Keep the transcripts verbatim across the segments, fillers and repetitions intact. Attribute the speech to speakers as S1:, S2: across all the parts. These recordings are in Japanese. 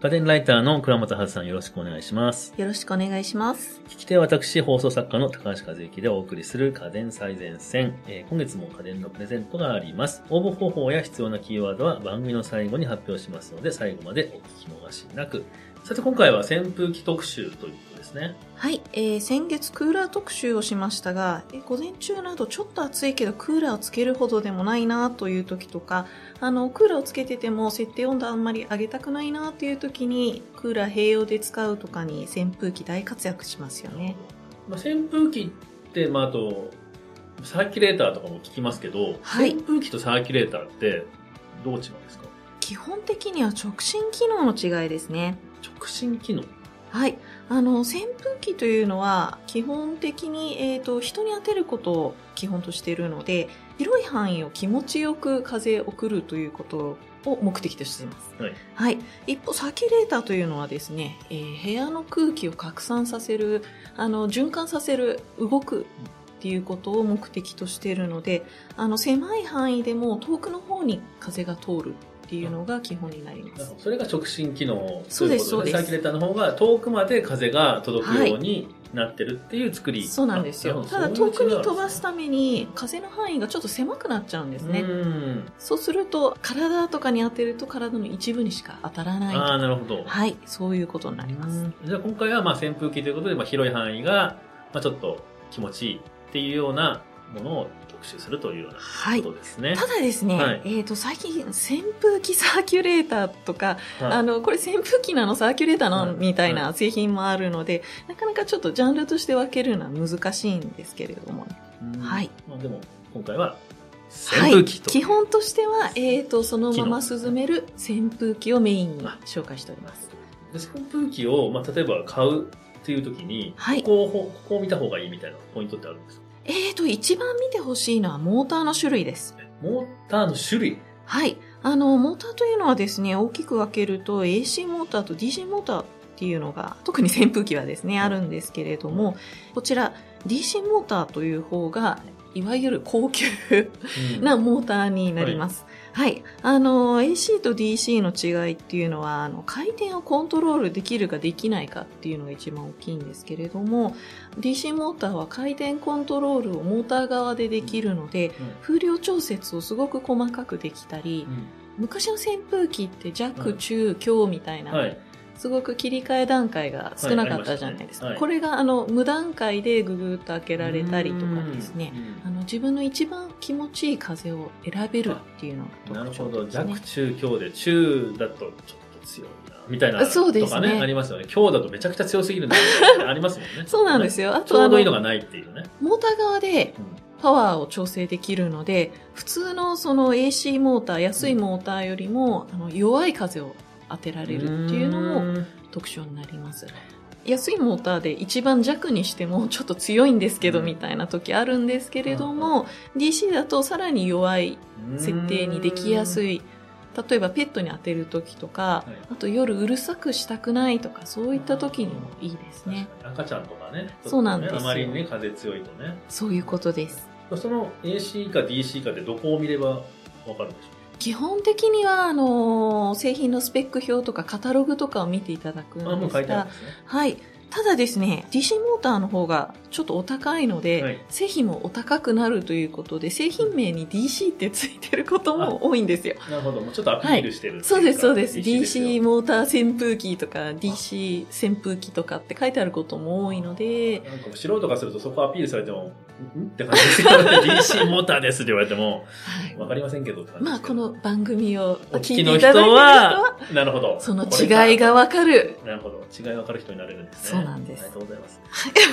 S1: 家電ライターの倉本はずさん、よろしくお願いします。
S2: よろしくお願いします。
S1: 聞き手は私、放送作家の高橋和之でお送りする家電最前線、えー、今月も家電のプレゼントがあります。応募方法や必要なキーワードは番組の最後に発表しますので、最後までお聞き逃しなく。さて今回は扇風機特集ということですね。
S2: はい、えー、先月クーラー特集をしましたが、えー、午前中などちょっと暑いけどクーラーをつけるほどでもないなという時とか、あのクーラーをつけてても設定温度あんまり上げたくないなという時にクーラー併用で使うとかに扇風機大活躍しますよね。
S1: まあ、扇風機って、まあ、あとサーキュレーターとかも聞きますけど、はい、扇風機とサーキュレーターってどう違うんですか？
S2: 基本的には直進機能の違いですね。
S1: 直進機能？
S2: はい。あの、扇風機というのは、基本的に、えっと、人に当てることを基本としているので、広い範囲を気持ちよく風を送るということを目的としています。
S1: はい。
S2: はい。一方、サーキュレーターというのはですね、えー、部屋の空気を拡散させる、あの、循環させる、動くっていうことを目的としているので、あの、狭い範囲でも遠くの方に風が通る。っていうのが基本になります。
S1: それが直進機能。
S2: そうです、そうです。
S1: サーキュレーターの方が遠くまで風が届くようになってるっていう作り。はい、
S2: そうなんですよ。ただ遠くに飛ばすために風の範囲がちょっと狭くなっちゃうんですね。うんそうすると体とかに当てると体の一部にしか当たらない。
S1: ああ、なるほど。
S2: はい、そういうことになります。
S1: じゃあ今回はまあ扇風機ということで、まあ、広い範囲がまあちょっと気持ちいいっていうようなものを特集するというようなことですね。
S2: はい、ただですね、はい、えっと、最近、扇風機サーキュレーターとか、はい、あの、これ扇風機なのサーキュレーターなの、はい、みたいな製品もあるので、なかなかちょっとジャンルとして分けるのは難しいんですけれども。はい。
S1: まあ、でも、今回は、扇風機と、
S2: はい。基本としては、えっと、そのまま涼める扇風機をメインに紹介しております。
S1: 扇風機を、まあ、例えば買うっていう時に、はい、ここを、ここを見た方がいいみたいなポイントってあるんですか？
S2: えーと、一番見てほしいのはモーターの種類です。
S1: モーターの種類？
S2: はい。あの、モーターというのはですね、大きく分けると エーシー モーターと ディーシー モーターっていうのが、特に扇風機はですね、あるんですけれども、こちら ディーシー モーターという方が、いわゆる高級なモーターになります。うんはい、はい。あの、エーシー と ディーシー の違いっていうのは、あの、回転をコントロールできるかできないかっていうのが一番大きいんですけれども、ディーシー モーターは回転コントロールをモーター側でできるので、うん、風量調節をすごく細かくできたり、うん、昔の扇風機って弱、中、強みたいな、はいすごく切り替え段階が少なかったじゃないですか。はいねはい、これがあの無段階でぐぐっと開けられたりとかですね、あの自分の一番気持ちいい風を選べるっていうのが特徴ですね。
S1: なるほど。弱中強で中だとちょっと強いなみたいなとかね、そうですねありますよね。強だとめちゃくちゃ強すぎるんだありますもんね。
S2: そうなんですよ。あと
S1: ちょうどいいのがないっていうね。
S2: モーター側でパワーを調整できるので、普通のその エーシー モーター安いモーターよりも、うん、あの弱い風を当てられるっていうのも特徴になります。安いモーターで一番弱にしてもちょっと強いんですけどみたいな時あるんですけれども、ディーシー だとさらに弱い設定にできやすい。例えばペットに当てる時とか、あと夜うるさくしたくないとか、そういった時にもいいですね。
S1: 赤ちゃんとかね。
S2: そうなんですよ。
S1: あまりにね、風強いとね。
S2: そういうことです。
S1: その エーシー か ディーシー かでどこを見ればわかるんでしょう？
S2: 基本的には、あのー、製品のスペック表とかカタログとかを見ていただくんですが、
S1: あ、もう書いてあるんですね。
S2: はい。ただですね、ディーシー モーターの方がちょっとお高いので、はい、製品もお高くなるということで、製品名に ディーシー ってついてることも多いんですよ。
S1: なるほど。もうちょっとアピールしてる、はい、
S2: そうです、そうです。ディーシー モーター扇風機とか、ディーシー 扇風機とかって書いてあることも多いので、
S1: なんか素人がするとそこアピールされても、んって感じですよね。ディーシー モーターですって言われても、わ、はい、かりませんけどって感じですけど。
S2: まあ、この番組を
S1: お聞いていただいている人は、なるほど。
S2: その違いがわかる。
S1: なるほど。違いわかる人になれるんです
S2: ね。そうなんです。
S1: ありがとうございます。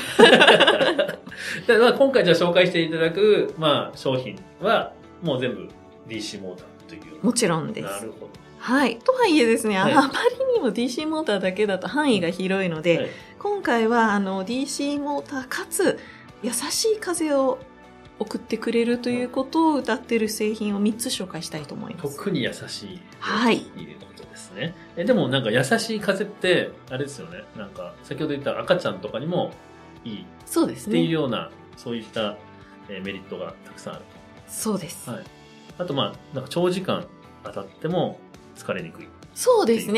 S1: でまあ、今回じゃあ紹介していただく、まあ、商品は、もう全部 ディーシー モーターという。
S2: もちろんです。
S1: なるほど。
S2: はい。とはいえですね、はい、あまりにも ディーシー モーターだけだと範囲が広いので、はい、今回はあの ディーシー モーターかつ優しい風を送ってくれるということを謳っている製品をみっつ紹介したいと思います。
S1: 特に優しい。
S2: はい。
S1: いいことですね。え、でもなんか優しい風って、あれですよね。なんか先ほど言った赤ちゃんとかにもいい。
S2: そうですね。
S1: っていうような、そういったメリットがたくさんある。
S2: そうです。
S1: はい。あとまあ、なんか長時間当たっても疲れにくい。
S2: そうですね。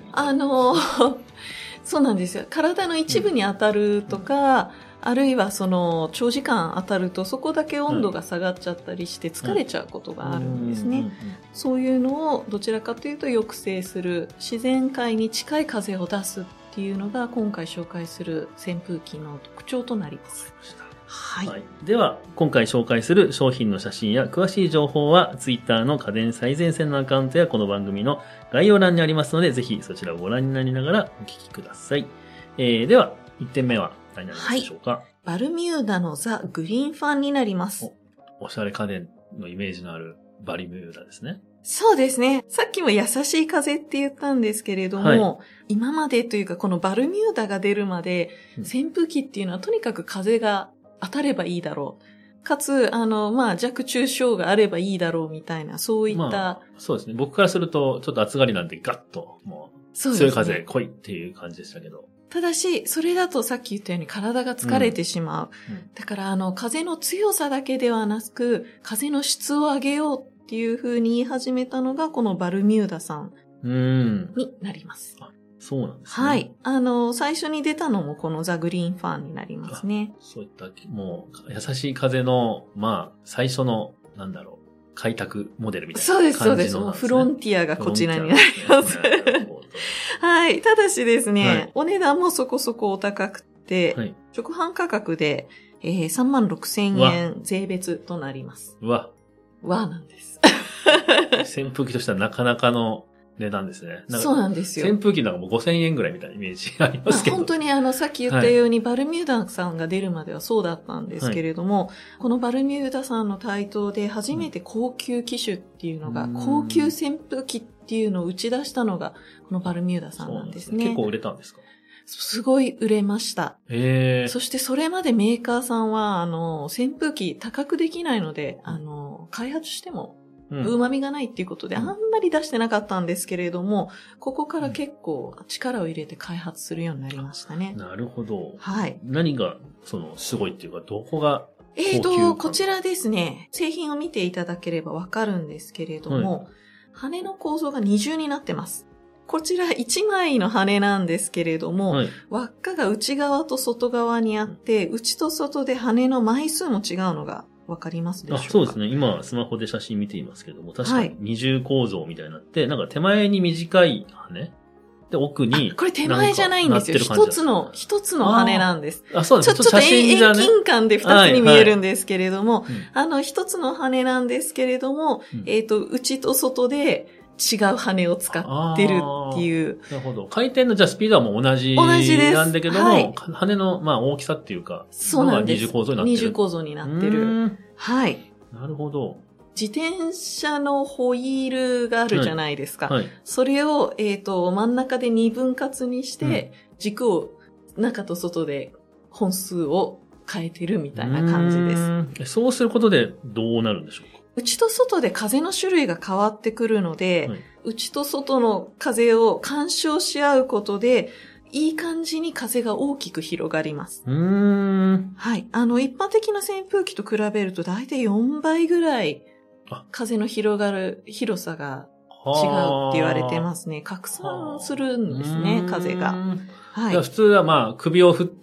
S2: あの、そうなんですよ。体の一部に当たるとか、あるいはその長時間当たるとそこだけ温度が下がっちゃったりして疲れちゃうことがあるんですね。
S1: うんうんうんうん、
S2: そういうのをどちらかというと抑制する、自然界に近い風を出すっていうのが今回紹介する扇風機の特徴となります。はい。
S1: はい、では、今回紹介する商品の写真や詳しい情報は Twitter の家電最前線のアカウントやこの番組の概要欄にありますので、ぜひそちらをご覧になりながらお聞きください。えー、では、いってんめは何になりますでしょうか。はい、
S2: バルミューダのザ・グリーンファンになります。
S1: お、おしゃれ家電のイメージのあるバルミューダですね。
S2: そうですね。さっきも優しい風って言ったんですけれども、はい、今までというかこのバルミューダが出るまで、扇風機っていうのはとにかく風が当たればいいだろう。かつ、あの、まあ、弱中小があればいいだろうみたいな、そういった、ま
S1: あ。そうですね。僕からすると、ちょっと暑がりなんでガッと、もう、強い風来いっていう感じでしたけど。
S2: ただし、それだとさっき言ったように体が疲れてしまう。うんうん、だから、あの、風の強さだけではなく、風の質を上げようっていう風に言い始めたのが、このバルミューダさんになります。
S1: うんそうなんですね。
S2: はい。あの、最初に出たのもこのザ・グリーンファンになりますね。
S1: そういった、もう、優しい風の、まあ、最初の、なんだろう、開拓モデルみたいな感じの、ね。
S2: そうです、そうです。もうフロンティアがこちらになります。ね、はい。ただしですね、はい、お値段もそこそこお高くて、はい、直販価格で、えー、さんまんろくせんえん税別となります。
S1: うわ。
S2: わなんです。
S1: 扇風機としてはなかなかの、値段ですね。
S2: そうなんですよ。
S1: 扇風機なんかもうごせんえんぐらいみたいなイメージありますけど。
S2: まあ、本当にあの、さっき言ったように、はい、バルミューダさんが出るまではそうだったんですけれども、はい、このバルミューダさんの台頭で初めて高級機種っていうのが、うん、高級扇風機っていうのを打ち出したのが、このバルミューダさんなんですね。
S1: 結構売れたんですか？
S2: すごい売れました。
S1: へー。
S2: そしてそれまでメーカーさんは、あの、扇風機高くできないので、あの、開発しても、うまみがないっていうことで、あんまり出してなかったんですけれども、ここから結構力を入れて開発するようになりましたね。
S1: なるほど。
S2: はい。
S1: 何が、その、すごいっていうか、どこが高級
S2: えっと、こちらですね、製品を見ていただければわかるんですけれども、はい、羽の構造が二重になってます。こちら一枚の羽なんですけれども、はい、輪っかが内側と外側にあって、内と外で羽の枚数も違うのがわかりますでしょうか？
S1: あ、そうですね。今、スマホで写真見ていますけども、確かに二重構造みたいになって、はい、なんか手前に短い羽で、奥に。
S2: これ手前じゃないんですよ。一つの、一つの羽なんです。
S1: あ、そうですね。
S2: ちょっと遠近感で二つに見えるんですけれども、はいはい、あの、一つの羽なんですけれども、うん、えっと、内と外で、違う羽を使ってるっていう。
S1: なるほど。回転のじゃあスピードはもう同じなんだけども、はい、羽のまあ大きさっていうか、
S2: そうなんです。
S1: 二重構造になってる。
S2: 二重構造になってる。はい。
S1: なるほど。
S2: 自転車のホイールがあるじゃないですか。
S1: はいはい、
S2: それを、えっと、真ん中で二分割にして、うん、軸を中と外で本数を変えてるみたいな感じです。
S1: そうすることでどうなるんでしょうか？
S2: 内と外で風の種類が変わってくるので、はい、内と外の風を干渉し合うことで、いい感じに風が大きく広がります。
S1: うーん。
S2: はい。あの、一般的な扇風機と比べると大体よんばいぐらい、風の広がる広さが違うって言われてますね。拡散するんですね、風が。
S1: はい。普通はまあ、首を振って、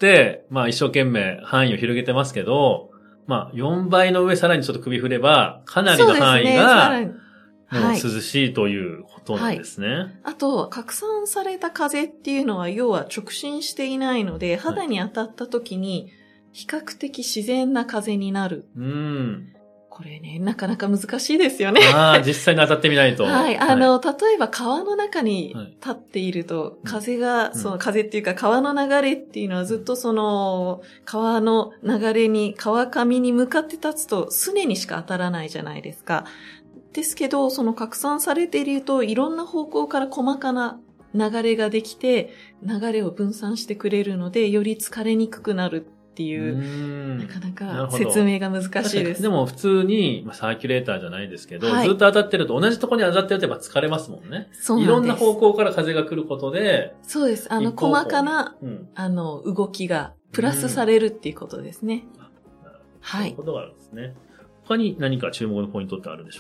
S1: まあ一生懸命範囲を広げてますけど、まあ、よんばいの上さらにちょっと首振れば、かなりの範囲が、涼しいということなんですね。はいはい、
S2: あと、拡散された風っていうのは、要は直進していないので、肌に当たった時に、比較的自然な風になる。
S1: うん。
S2: これね、なかなか難しいですよね。
S1: ああ、実際に当たってみないと。
S2: はい。あの、はい、例えば川の中に立っていると、はい、風が、うん、その風っていうか川の流れっていうのはずっとその、川の流れに、川上に向かって立つと、すねにしか当たらないじゃないですか。ですけど、その拡散されていると、いろんな方向から細かな流れができて、流れを分散してくれるので、より疲れにくくなる。っていう、うなかなか説明が難しいです。
S1: でも普通に、まあ、サーキュレーターじゃないですけど、はい、ずっと当たってると同じところに当たってるとやっぱ疲れますもんね。そうなんです。いろんな方向から風が来ることで。
S2: そうです。あの、細かな、うん、あの、動きがプラスされるっていうことですね。
S1: うん、はい。そういうことがあるんですね。他に何か注目のポイントってあるでしょうか？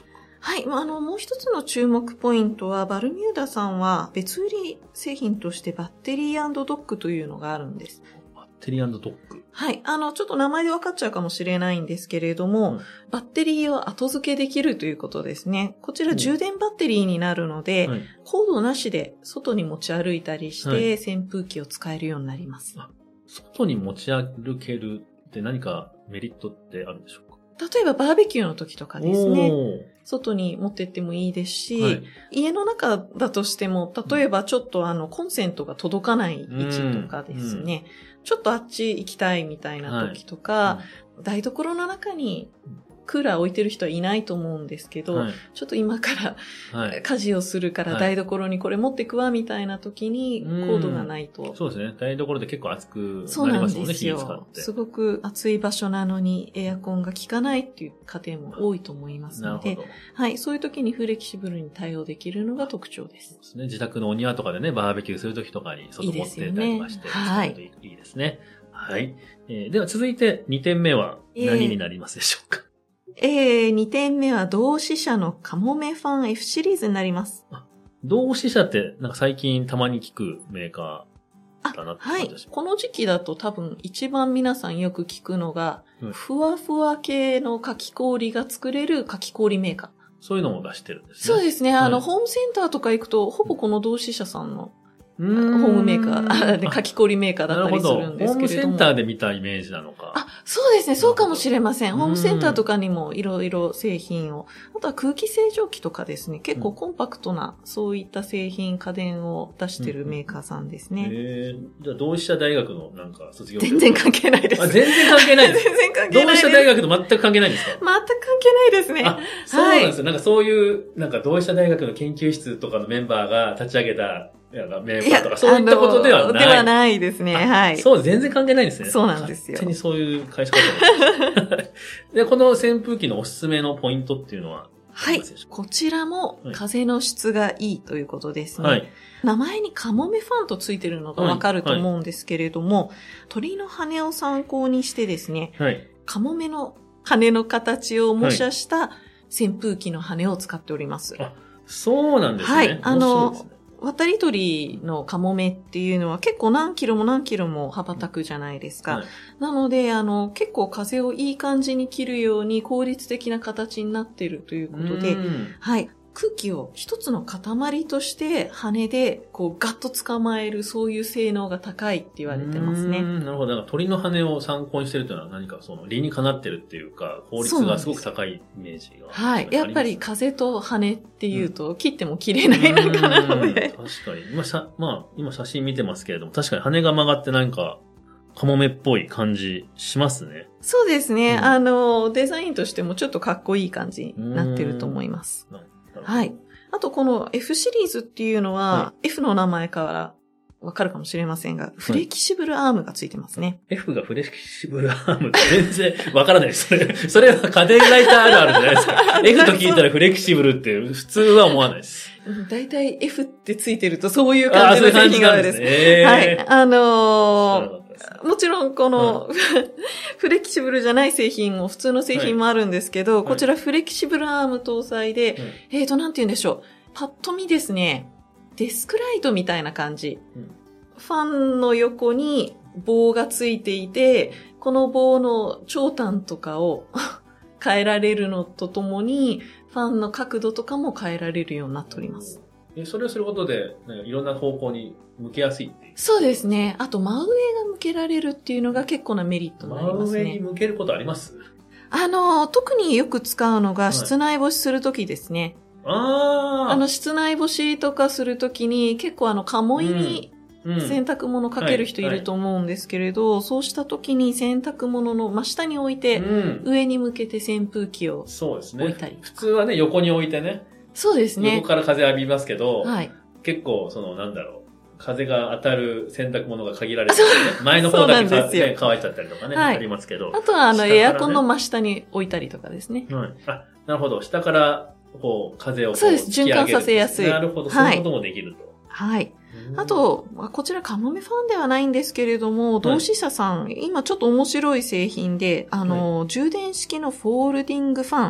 S2: はい。あの、もう一つの注目ポイントは、バルミューダさんは別売り製品としてバッテリー&ドックというのがあるんです。
S1: バッテリー&ドック。
S2: はい。あの、ちょっと名前で分かっちゃうかもしれないんですけれども、うん、バッテリーを後付けできるということですね。こちら充電バッテリーになるので、うんはい、コードなしで外に持ち歩いたりして、はい、扇風機を使えるようになります。
S1: 外に持ち歩けるって何かメリットってあるんでしょうか？
S2: 例えばバーベキューの時とかですね。外に持ってってもいいですし、はい、家の中だとしても、例えばちょっとあの、コンセントが届かない位置とかですね、うんうん、ちょっとあっち行きたいみたいな時とか、はいうん、台所の中にクーラー置いてる人はいないと思うんですけど、はい、ちょっと今から家事をするから台所にこれ持ってくわみたいな時にコードがないと。
S1: うん、そうですね。台所で結構暑くなりますもんね、そうなんですよ。火使って。
S2: すごく暑い場所なのにエアコンが効かないっていう家庭も多いと思いますので、はい、そういう時にフレキシブルに対応できるのが特徴です。
S1: そうですね。自宅のお庭とかでね、バーベキューする時とかに外持ってったりとかして、
S2: はい。
S1: いいですね。はい。えー、では続いてにてんめは何になりますでしょうか？えー
S2: えー、にてんめは同志社のカモメファン F シリーズになります。
S1: 同志社ってなんか最近たまに聞くメーカーだなって感じです。
S2: はい。この時期だと多分一番皆さんよく聞くのが、うん、ふわふわ系のかき氷が作れるかき氷メーカー。
S1: そういうのも出してるんです
S2: ね。そうですね。あの、はい、ホームセンターとか行くと、ほぼこの同志社さんのホームメーカー、で、かき氷メーカーだったりするんですけれども。ホーム
S1: センターで見たイメージなのか。
S2: あ、そうですね。そうかもしれません。ホームセンターとかにもいろいろ製品を。あとは空気清浄機とかですね。結構コンパクトな、そういった製品、家電を出してるメーカーさんですね。
S1: へ、うん、えー、じゃあ同志社大学のなんか卒業
S2: 全然関係ないです。
S1: あ、全然関係ないです。
S2: 全然関係ないです。
S1: 同志社大学と全く関係ないんですか？
S2: 全く関係ないですね。
S1: あ、そうなんですよ。はい、なんかそういう、なんか同志社大学の研究室とかのメンバーが立ち上げた、いやメーカーとかそういったことではない。
S2: ではないですね。はい。
S1: そう、全然関係ないんですね。
S2: そうなんですよ。
S1: 勝手にそういう会社方で、この扇風機のおすすめのポイントっていうのは
S2: はい。こちらも風の質がいいということですね。はい、名前にカモメファンとついてるのがわかると思うんですけれども、はいはい、鳥の羽を参考にしてですね、はい、カモメの羽の形を模写した扇風機の羽を使っております。
S1: あ、そうなんですね。
S2: はい。あの、渡り鳥のカモメっていうのは結構何キロも何キロも羽ばたくじゃないですか。はい、なので、あの、結構風をいい感じに切るように効率的な形になっているということで、はい。空気を一つの塊として羽でこうガッと捕まえるそういう性能が高いって言われてますね。
S1: なるほど。だから鳥の羽を参考にしてるというのは何かその理にかなってるっていうか効率がすごく高いイメージが、ね、
S2: はい。やっぱり風と羽っていうと切っても切れない中なので。
S1: 確かに。今さ、まあ今写真見てますけれども確かに羽が曲がってなんかカモメっぽい感じしますね。
S2: そうですね。うん、あの、デザインとしてもちょっとかっこいい感じになってると思います。はい。あとこの F シリーズっていうのは、はい、F の名前からわかるかもしれませんが、フレキシブルアームがついてますね。
S1: はい、F がフレキシブルアームって全然わからないです。それ、それは家電ライターあるあるじゃないですか。F と聞いたらフレキシブルって普通は思わないです。
S2: 大体 F ってついてるとそういう感じの製品が多いです。
S1: えー、
S2: はい。あのーもちろんこの、うん、フレキシブルじゃない製品も普通の製品もあるんですけど、はい、こちらフレキシブルアーム搭載で、はい、えーと、なんて言うんでしょう。パッと見ですね、デスクライトみたいな感じ。うん、ファンの横に棒がついていて、この棒の長短とかを変えられるのとともに、ファンの角度とかも変えられるようになっております。
S1: それをすることで、なんかいろんな方向に向けやすいっていう。
S2: そうですね。あと、真上が向けられるっていうのが結構なメリットになりますね。
S1: 真上に向けることあります？
S2: あの、特によく使うのが室内干しするときですね。
S1: はい、ああ。
S2: あの、室内干しとかするときに結構あの、鴨居に洗濯物かける人いると思うんですけれど、うんうんはいはい、そうしたときに洗濯物の真下に置いて、うん、上に向けて扇風機を置いたり。
S1: そうですね。普通はね、横に置いてね。
S2: そうですね。
S1: 横から風浴びますけど、
S2: はい、
S1: 結構、その、なんだろう。風が当たる洗濯物が限られてる、ね、前の方だけか、ね、乾いちゃったりとかね、はい、ありますけど。
S2: あとは、あの、ね、エアコンの真下に置いたりとかですね。
S1: はい。あ、なるほど。下から、こう、風をこう、
S2: そうです。循環させやすい。
S1: なるほど。そういうこともできると。
S2: はい。はいあと、こちらカモメファンではないんですけれども、同志社さん、今ちょっと面白い製品で、あの、はい、充電式のフォールディングファン、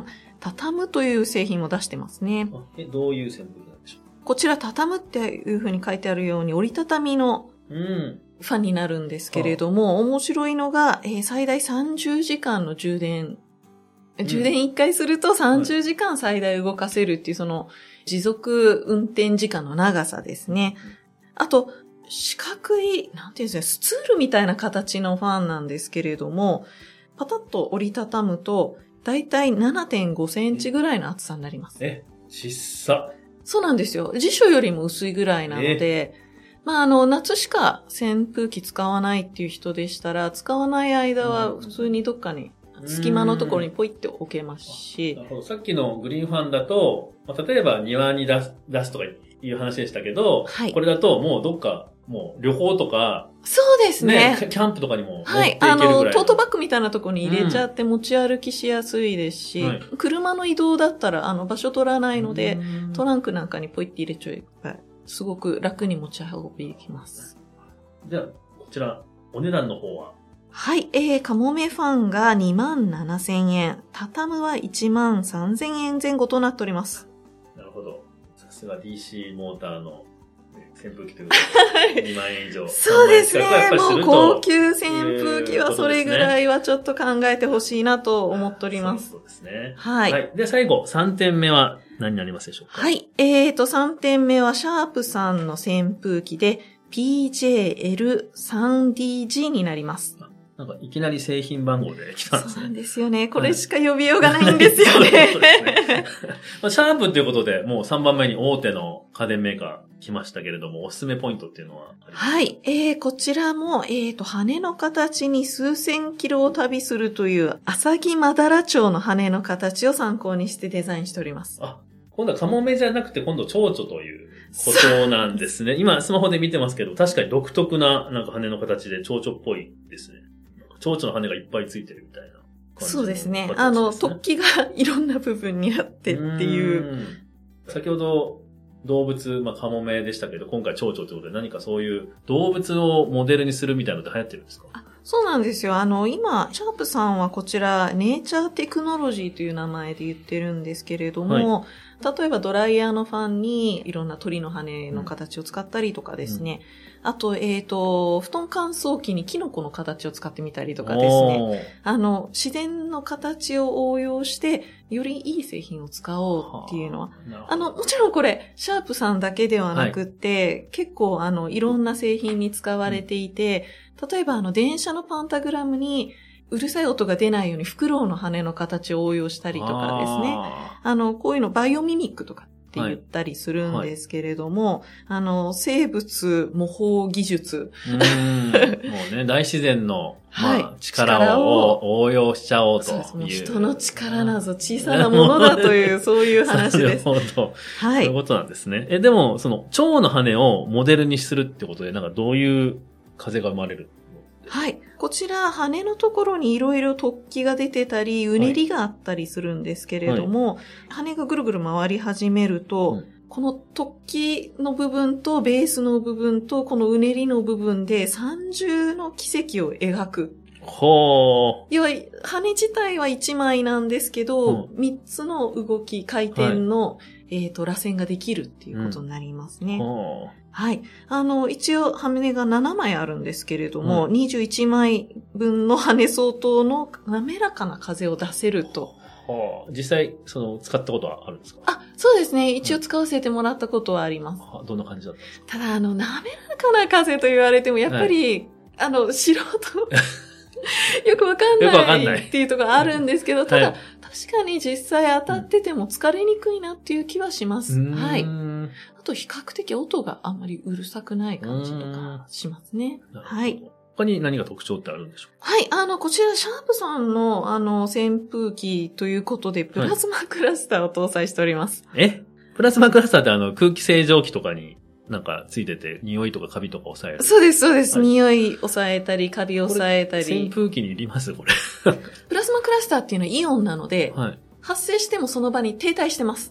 S2: タタムという製品を出してますね。
S1: あえ、どういう扇風機なんでしょ
S2: こちらタタムっていう風に書いてあるように折りたたみの
S1: う。うん。
S2: ファンになるんですけれども、面白いのが、えー最大さんじゅうじかんの充電。充電いっかいするとさんじゅうじかん最大動かせるっていうその持続運転時間の長さですね。あと、四角い、なんていうんですか、スツールみたいな形のファンなんですけれども、パタッと折りたたむと、だいたい ななてんごセンチぐらいの厚さになります。
S1: え、ちっさ。
S2: そうなんですよ。辞書よりも薄いぐらいなので、まあ、あの、夏しか扇風機使わないっていう人でしたら、使わない間は普通にどっかに、隙間のところにポイって置けますし。
S1: なるほど。さっきのグリーンファンだと、まあ、例えば庭に出す、出すとかいう話でしたけど、
S2: はい。
S1: これだともうどっか、もう旅行とか、
S2: そうですね。
S1: ね、キャンプとかにも持って
S2: はいい。
S1: けるぐらいの。
S2: あの、トートバッグみたいなところに入れちゃって持ち歩きしやすいですし、
S1: はい、
S2: 車の移動だったら、あの、場所取らないので、
S1: うん
S2: トランクなんかにポイって入れちゃえば、すごく楽に持ち運びできます。
S1: じゃあ、こちら、お値段の方は
S2: はい、えー、カモメファンがにまんななせんえん、タタムはいちまんさんぜんえん前後となっております。
S1: なるほど。さすが ディーシー モーターの扇風機ということで、にまんえん以上。
S2: そうですね。もう高級扇
S1: 風
S2: 風機はそれぐらいはちょっと考えてほしいなと思っております。
S1: そうですね。
S2: はい。
S1: はい。で、最後、さんてんめは何になりますでしょうか？
S2: はい。えーと、さんてんめはシャープさんの扇風機で ピージェーエルスリーディージー になります。
S1: なんかいきなり製品番号で来たんですね。
S2: そうなんですよね。これしか呼びようがないんですよね。
S1: そうですね。まあ、シャープっていうことで、もうさんばんめに大手の家電メーカー来ましたけれども、おすすめポイントっていうのはありますか？
S2: はい。えー、こちらも、えーと、羽の形に数千キロを旅するという、アサギマダラチョウの羽の形を参考にしてデザインしております。
S1: あ、今度はカモメじゃなくて、今度蝶々ということなんですね。今、スマホで見てますけど、確かに独特な、なんか羽の形で蝶々っぽいですね。蝶々の羽がいっぱいついてるみたいな感じ、
S2: そうですね。あの、突起がいろんな部分にあってっていう。
S1: う先ほど動物、まあ、カモメでしたけど、今回蝶々ということで何かそういう動物をモデルにするみたいなのって流行ってるんですか？
S2: あ、そうなんですよ。あの、今、シャープさんはこちら、ネイチャーテクノロジーという名前で言ってるんですけれども、はい、例えばドライヤーのファンにいろんな鳥の羽の形を使ったりとかですね。うん、あと、えっと、布団乾燥機にキノコの形を使ってみたりとかですね。あの、自然の形を応用して、よりいい製品を使おうっていうのは。あの、もちろんこれ、シャープさんだけではなくって、はい、結構あの、いろんな製品に使われていて、うん、例えばあの、電車のパンタグラムに、うるさい音が出ないようにフクロウの羽の形を応用したりとかですね。あ, あの、こういうのバイオミミックとかって言ったりするんですけれども、はいはい、あの、生物模倣技術。
S1: うーんもうね、大自然の、まあ、はい、力を応用しちゃおうという。そうです。
S2: 人の力なぞ小さなものだという、そういう話です。
S1: なるほど。はい。そういうことなんですね。え、でも、その、蝶の羽をモデルにするってことで、なんかどういう風が生まれる？
S2: はい。こちら、羽のところにいろいろ突起が出てたり、うねりがあったりするんですけれども、はい、羽がぐるぐる回り始めると、うん、この突起の部分とベースの部分と、このうねりの部分で三重の軌跡を描く。
S1: ほー。
S2: 要は、羽自体はいちまいなんですけど、みっ、うん、つの動き、回転の、はい、えっと、螺旋ができるっていうことになりますね。
S1: うん
S2: はい。あの、一応、羽がななまいあるんですけれども、うん、にじゅういちまいぶんの羽相当の滑らかな風を出せると。
S1: はあ、実際、その、使ったことはあるんですか？
S2: あ、そうですね。一応使わせてもらったことはあります。
S1: うん、どんな感じだったんですか？
S2: ただ、あの、滑らかな風と言われても、やっぱり、はい、あの、素人、よくわかんない。よくわかんない。っていうところあるんですけど、ただ、はい、確かに実際当たってても疲れにくいなっていう気はします。うん、はい。あと比較的音があんまりうるさくない感じとかしますね。はい。
S1: 他に何が特徴ってあるんでしょうか？
S2: はい。あの、こちら、シャープさんの、あの、扇風機ということで、プラズマクラスターを搭載しております。
S1: はい、えプラズマクラスターってあの、空気清浄機とかになんかついてて、匂いとかカビとか抑える。
S2: そうです、そうです。匂い抑えたり、カビ抑えたり。
S1: 扇風機にいりますこれ。
S2: プラズマクラスターっていうのはイオンなので、はい、発生してもその場に停滞してます。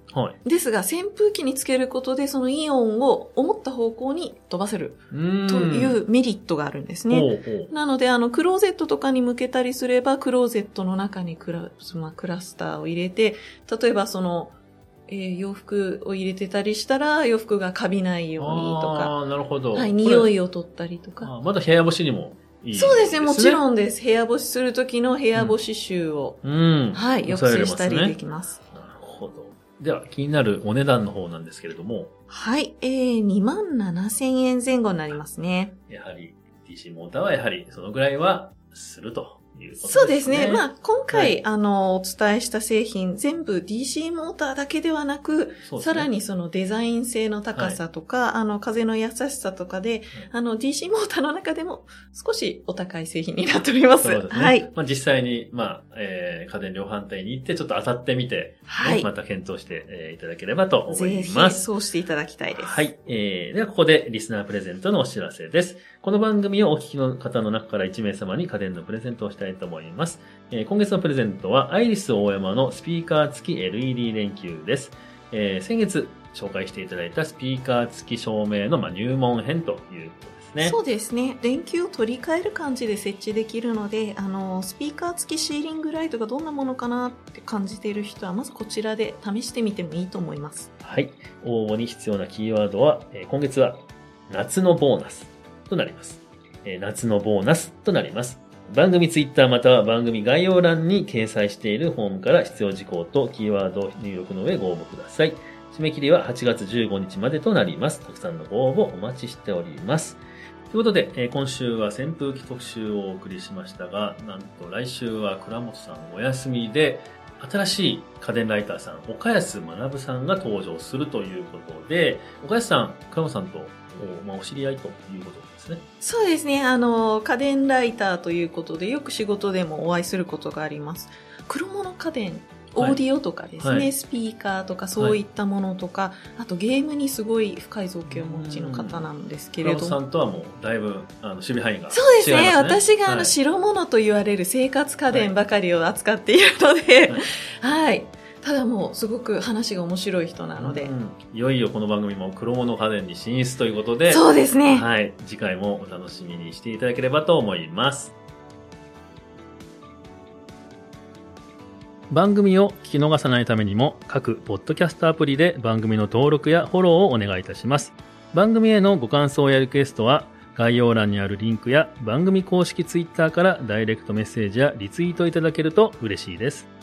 S1: はい。
S2: ですが、扇風機につけることで、そのイオンを思った方向に飛ばせるというメリットがあるんですね。
S1: ほうほう。
S2: なので、あの、クローゼットとかに向けたりすれば、クローゼットの中にクラ、まあ、クラスターを入れて、例えばその、えー、洋服を入れてたりしたら、洋服がカビないようにとか。
S1: ああ、なるほど。
S2: はい、匂いを取ったりとか。
S1: あまだ部屋干しにもいいですね。
S2: そうですね、もちろんです。部屋干しするときの部屋干し臭を、
S1: うん、
S2: はい、抑制したりできます。
S1: なるほど。では、気になるお値段の方なんですけれども。
S2: はい、えー、にまんななせんえん前後になりますね。
S1: やはり、ディーシー モーターはやはりそのぐらいはすると。
S2: そうですね。まあ、今回、はい、あの、お伝えした製品、全部 ディーシー モーターだけではなく、ね、さらにそのデザイン性の高さとか、はい、あの、風の優しさとかで、あの、ディーシー モーターの中でも少しお高い製品になっております。
S1: そうですね。
S2: はい。
S1: まあ、実際に、まあ、えー、家電量販店に行ってちょっと当たってみて、ね、はい。また検討して、えー、いただければと思います。
S2: ぜひ、そうしていただきたいです。
S1: はい。えー、ではここでリスナープレゼントのお知らせです。この番組をお聞きの方の中からいちめいさまに家電のプレゼントをしたいと思います。えー、今月のプレゼントはアイリス大山のスピーカー付き エルイーディー 電球です。えー、先月紹介していただいたスピーカー付き照明の、まあ、入門編ということですね。
S2: そうですね。電球を取り替える感じで設置できるので、あの、スピーカー付きシーリングライトがどんなものかなって感じている人は、まずこちらで試してみてもいいと思います。
S1: はい。応募に必要なキーワードは、えー、今月は夏のボーナスとなります。えー、夏のボーナスとなります。番組ツイッターまたは番組概要欄に掲載しているフォームから必要事項とキーワードを入力の上ご応募ください。締め切りははちがつじゅうごにちまでとなります。たくさんのご応募お待ちしております。ということで、えー、今週は扇風機特集をお送りしましたが、なんと来週は倉本さんお休みで、新しい家電ライターさん、岡安学さんが登場するということで、岡安さん、倉本さんとお、まあ、お知り合いということですね。
S2: そうですね。あの、家電ライターということで、よく仕事でもお会いすることがあります。黒物家電、オーディオとかですね、はい、スピーカーとかそういったものとか、はい、あとゲームにすごい深い造形をお持ちの方なんですけれども。
S1: 倉本さんとはもうだいぶあの守備範囲が違いますね。
S2: そうですね。私があの、はい、白物と言われる生活家電ばかりを扱っているので、はい、はい。ただもうすごく話が面白い人なので、うん、
S1: いよいよこの番組も黒物家電に進出ということで、
S2: そうですね。
S1: はい。次回もお楽しみにしていただければと思います。番組を聞き逃さないためにも各ポッドキャストアプリで番組の登録やフォローをお願いいたします。番組へのご感想やリクエストは概要欄にあるリンクや番組公式ツイッターからダイレクトメッセージやリツイートいただけると嬉しいです。